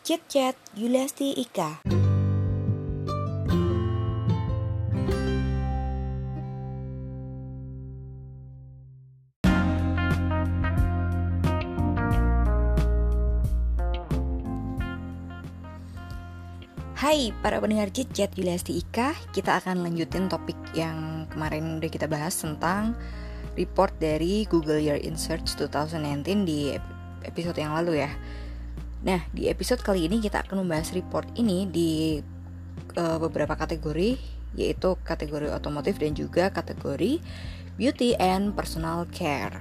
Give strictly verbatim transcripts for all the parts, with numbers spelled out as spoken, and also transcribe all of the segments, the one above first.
Chat Chat Yuliasti Ika. Hai para pendengar Chat Chat Yuliasti Ika. Kita akan lanjutin topik yang kemarin udah kita bahas tentang report dari Google Year in Search dua ribu sembilan belas di episode yang lalu ya. Nah, di episode kali ini kita akan membahas report ini di uh, beberapa kategori, yaitu kategori otomotif dan juga kategori beauty and personal care.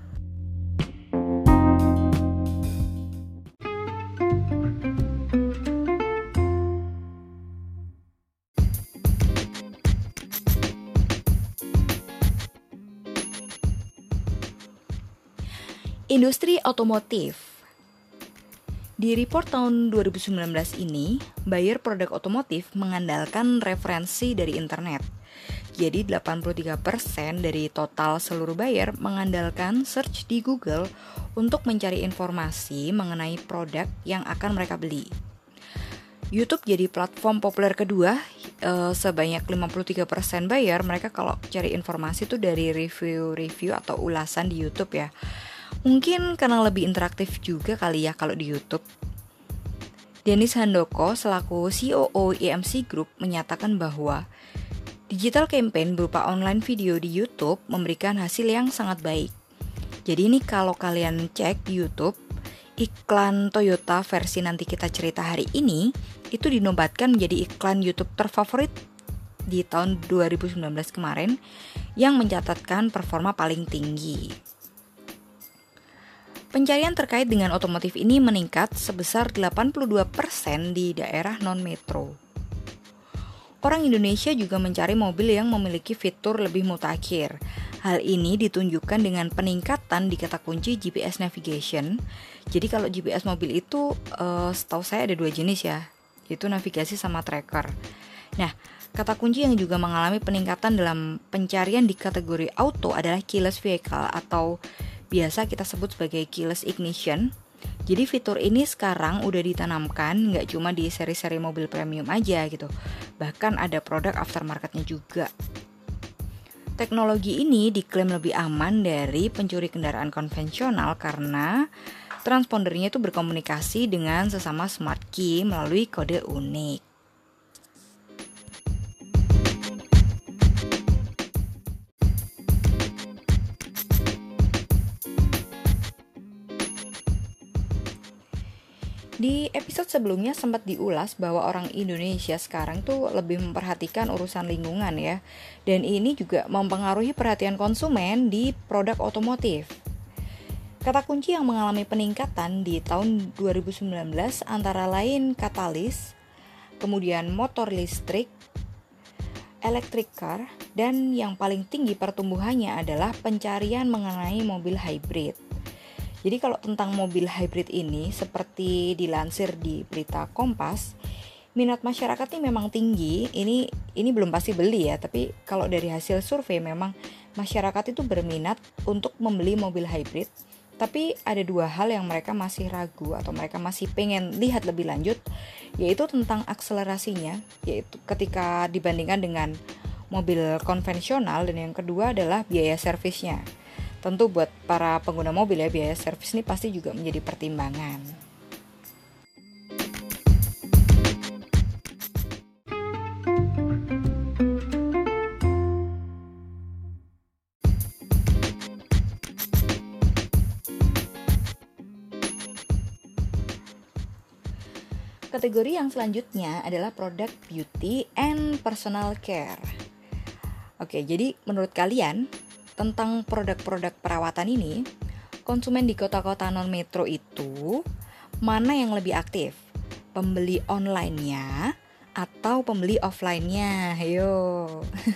Industri otomotif. Di report tahun dua ribu sembilan belas ini, buyer produk otomotif mengandalkan referensi dari internet. Jadi delapan puluh tiga persen dari total seluruh buyer mengandalkan search di Google untuk mencari informasi mengenai produk yang akan mereka beli. YouTube jadi platform populer kedua, e, sebanyak lima puluh tiga persen buyer mereka kalau cari informasi itu dari review-review atau ulasan di YouTube ya. Mungkin karena lebih interaktif juga kali ya kalau di YouTube. Dennis Handoko selaku C O O E M C Group menyatakan bahwa digital campaign berupa online video di YouTube memberikan hasil yang sangat baik. Jadi ini kalau kalian cek di YouTube, iklan Toyota versi nanti kita cerita hari ini itu dinobatkan menjadi iklan YouTube terfavorit di tahun dua ribu sembilan belas kemarin yang mencatatkan performa paling tinggi. Pencarian terkait dengan otomotif ini meningkat sebesar delapan puluh dua persen di daerah non-metro. Orang Indonesia juga mencari mobil yang memiliki fitur lebih mutakhir. Hal ini ditunjukkan dengan peningkatan di kata kunci G P S navigation. Jadi kalau G P S mobil itu uh, setahu saya ada dua jenis ya, yaitu navigasi sama tracker. Nah, kata kunci yang juga mengalami peningkatan dalam pencarian di kategori auto adalah keyless vehicle atau biasa kita sebut sebagai keyless ignition. Jadi fitur ini sekarang udah ditanamkan nggak cuma di seri-seri mobil premium aja gitu, bahkan ada produk aftermarketnya juga. Teknologi ini diklaim lebih aman dari pencuri kendaraan konvensional karena transpondernya itu berkomunikasi dengan sesama smart key melalui kode unik. Di episode sebelumnya sempat diulas bahwa orang Indonesia sekarang tuh lebih memperhatikan urusan lingkungan ya. Dan ini juga mempengaruhi perhatian konsumen di produk otomotif. Kata kunci yang mengalami peningkatan di tahun dua ribu sembilan belas antara lain katalis, kemudian motor listrik, electric car, dan yang paling tinggi pertumbuhannya adalah pencarian mengenai mobil hybrid. Jadi kalau tentang mobil hybrid ini, seperti dilansir di berita Kompas, minat masyarakat ini memang tinggi. Ini ini belum pasti beli ya, tapi kalau dari hasil survei memang masyarakat itu berminat untuk membeli mobil hybrid. Tapi ada dua hal yang mereka masih ragu atau mereka masih pengen lihat lebih lanjut, yaitu tentang akselerasinya, yaitu ketika dibandingkan dengan mobil konvensional, dan yang kedua adalah biaya servisnya. Tentu buat para pengguna mobil ya, biaya servis ini pasti juga menjadi pertimbangan. Kategori yang selanjutnya adalah produk beauty and personal care. Oke, jadi menurut kalian tentang produk-produk perawatan ini, konsumen di kota-kota non-metro itu mana yang lebih aktif? Pembeli online-nya atau pembeli offline-nya? Ayo.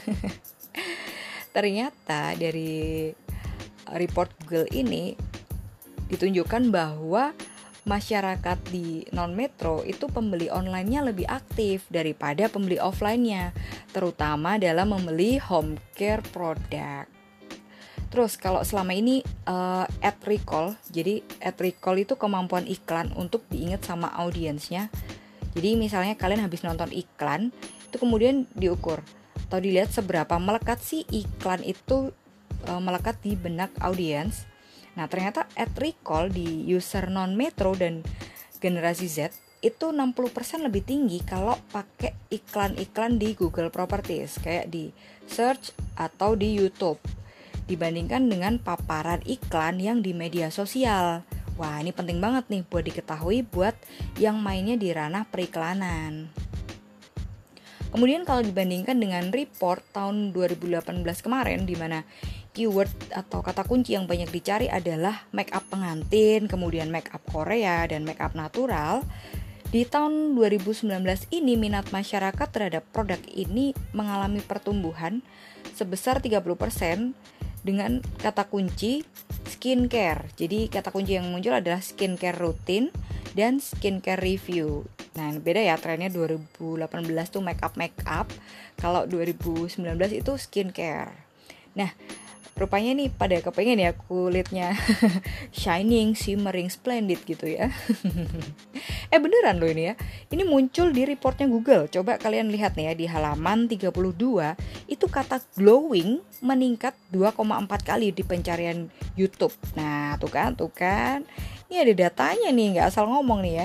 Ternyata dari report Google ini ditunjukkan bahwa masyarakat di non-metro itu pembeli online-nya lebih aktif daripada pembeli offline-nya, terutama dalam membeli home care product. Terus kalau selama ini uh, ad recall, jadi ad recall itu kemampuan iklan untuk diingat sama audiensnya. Jadi misalnya kalian habis nonton iklan, itu kemudian diukur atau dilihat seberapa melekat sih iklan itu uh, melekat di benak audiens. Nah ternyata ad recall di user non-metro dan generasi Z itu enam puluh persen lebih tinggi kalau pakai iklan-iklan di Google Properties, kayak di search atau di YouTube, dibandingkan dengan paparan iklan yang di media sosial. Wah, ini penting banget nih buat diketahui buat yang mainnya di ranah periklanan. Kemudian kalau dibandingkan dengan report tahun dua ribu delapan belas kemarin, di mana keyword atau kata kunci yang banyak dicari adalah make up pengantin, kemudian make up Korea, dan make up natural, di tahun dua ribu sembilan belas ini minat masyarakat terhadap produk ini mengalami pertumbuhan sebesar tiga puluh persen dengan kata kunci skincare. Jadi kata kunci yang muncul adalah skincare rutin dan skincare review. Nah, beda ya trennya, dua ribu delapan belas tuh make up make up, kalau dua ribu sembilan belas itu skincare. Nah, rupanya nih pada kepengen ya kulitnya shining, shimmering, splendid gitu ya. Eh beneran loh ini ya. Ini muncul di reportnya Google. Coba kalian lihat nih ya, di halaman tiga puluh dua itu kata glowing meningkat dua koma empat kali di pencarian YouTube. Nah, tuh kan, tuh kan. Ini ada datanya nih, nggak asal ngomong nih ya.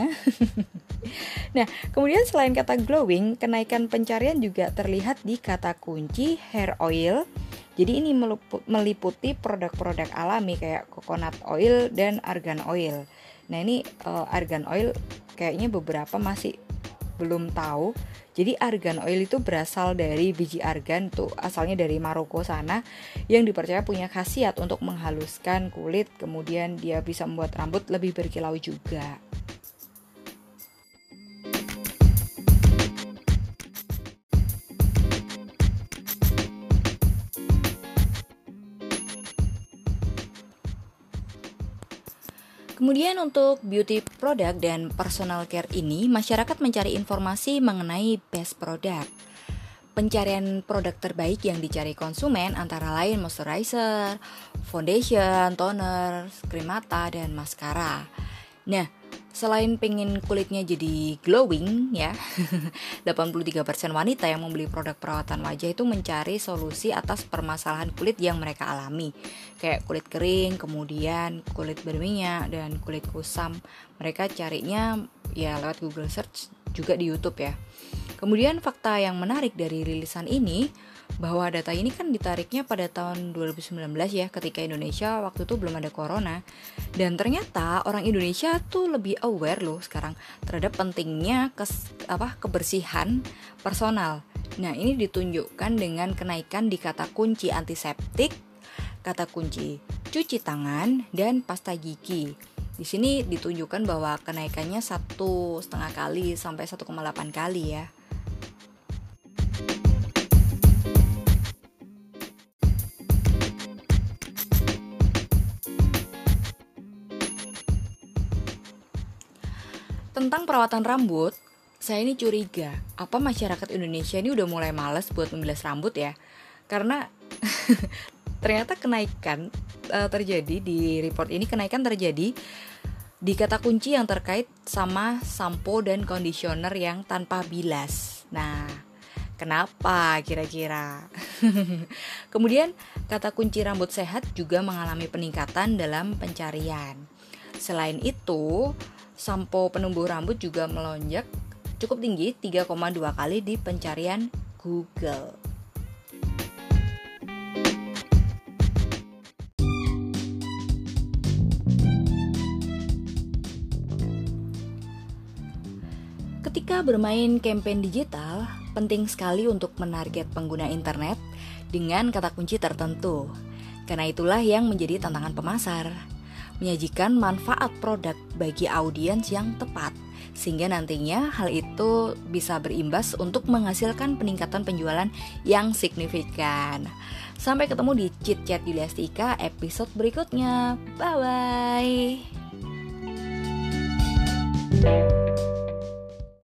Nah, kemudian selain kata glowing, kenaikan pencarian juga terlihat di kata kunci hair oil. Jadi ini meliputi produk-produk alami kayak coconut oil dan argan oil. Nah ini uh, argan oil kayaknya beberapa masih belum tahu. Jadi argan oil itu berasal dari biji argan, tuh asalnya dari Maroko sana, yang dipercaya punya khasiat untuk menghaluskan kulit, kemudian dia bisa membuat rambut lebih berkilau juga. Kemudian untuk beauty product dan personal care ini, masyarakat mencari informasi mengenai best product. Pencarian produk terbaik yang dicari konsumen antara lain moisturizer, foundation, toner, krim mata, dan maskara. Nah, selain pengen kulitnya jadi glowing ya, delapan puluh tiga persen wanita yang membeli produk perawatan wajah itu mencari solusi atas permasalahan kulit yang mereka alami, kayak kulit kering, kemudian kulit berminyak, dan kulit kusam. Mereka carinya ya lewat Google Search, juga di YouTube ya. Kemudian fakta yang menarik dari rilisan ini, bahwa data ini kan ditariknya pada tahun dua ribu sembilan belas ya, ketika Indonesia waktu itu belum ada corona. Dan ternyata orang Indonesia tuh lebih aware loh sekarang terhadap pentingnya kes, apa, kebersihan personal. Nah ini ditunjukkan dengan kenaikan di kata kunci antiseptik, kata kunci cuci tangan, dan pasta gigi. Di sini ditunjukkan bahwa kenaikannya satu setengah kali sampai satu koma delapan kali ya. Tentang perawatan rambut, saya ini curiga, apa masyarakat Indonesia ini udah mulai malas buat membilas rambut ya? Karena ternyata kenaikan uh, terjadi di report ini, kenaikan terjadi di kata kunci yang terkait sama sampo dan conditioner yang tanpa bilas. Nah, kenapa kira-kira? Kemudian kata kunci rambut sehat juga mengalami peningkatan dalam pencarian. Selain itu, sampo penumbuh rambut juga melonjak cukup tinggi tiga koma dua kali di pencarian Google. Ketika bermain campaign digital, penting sekali untuk menarget pengguna internet dengan kata kunci tertentu. Karena itulah yang menjadi tantangan pemasar, menyajikan manfaat produk bagi audiens yang tepat, sehingga nantinya hal itu bisa berimbas untuk menghasilkan peningkatan penjualan yang signifikan. Sampai ketemu di Chit Chat Yuliastika episode berikutnya. Bye bye.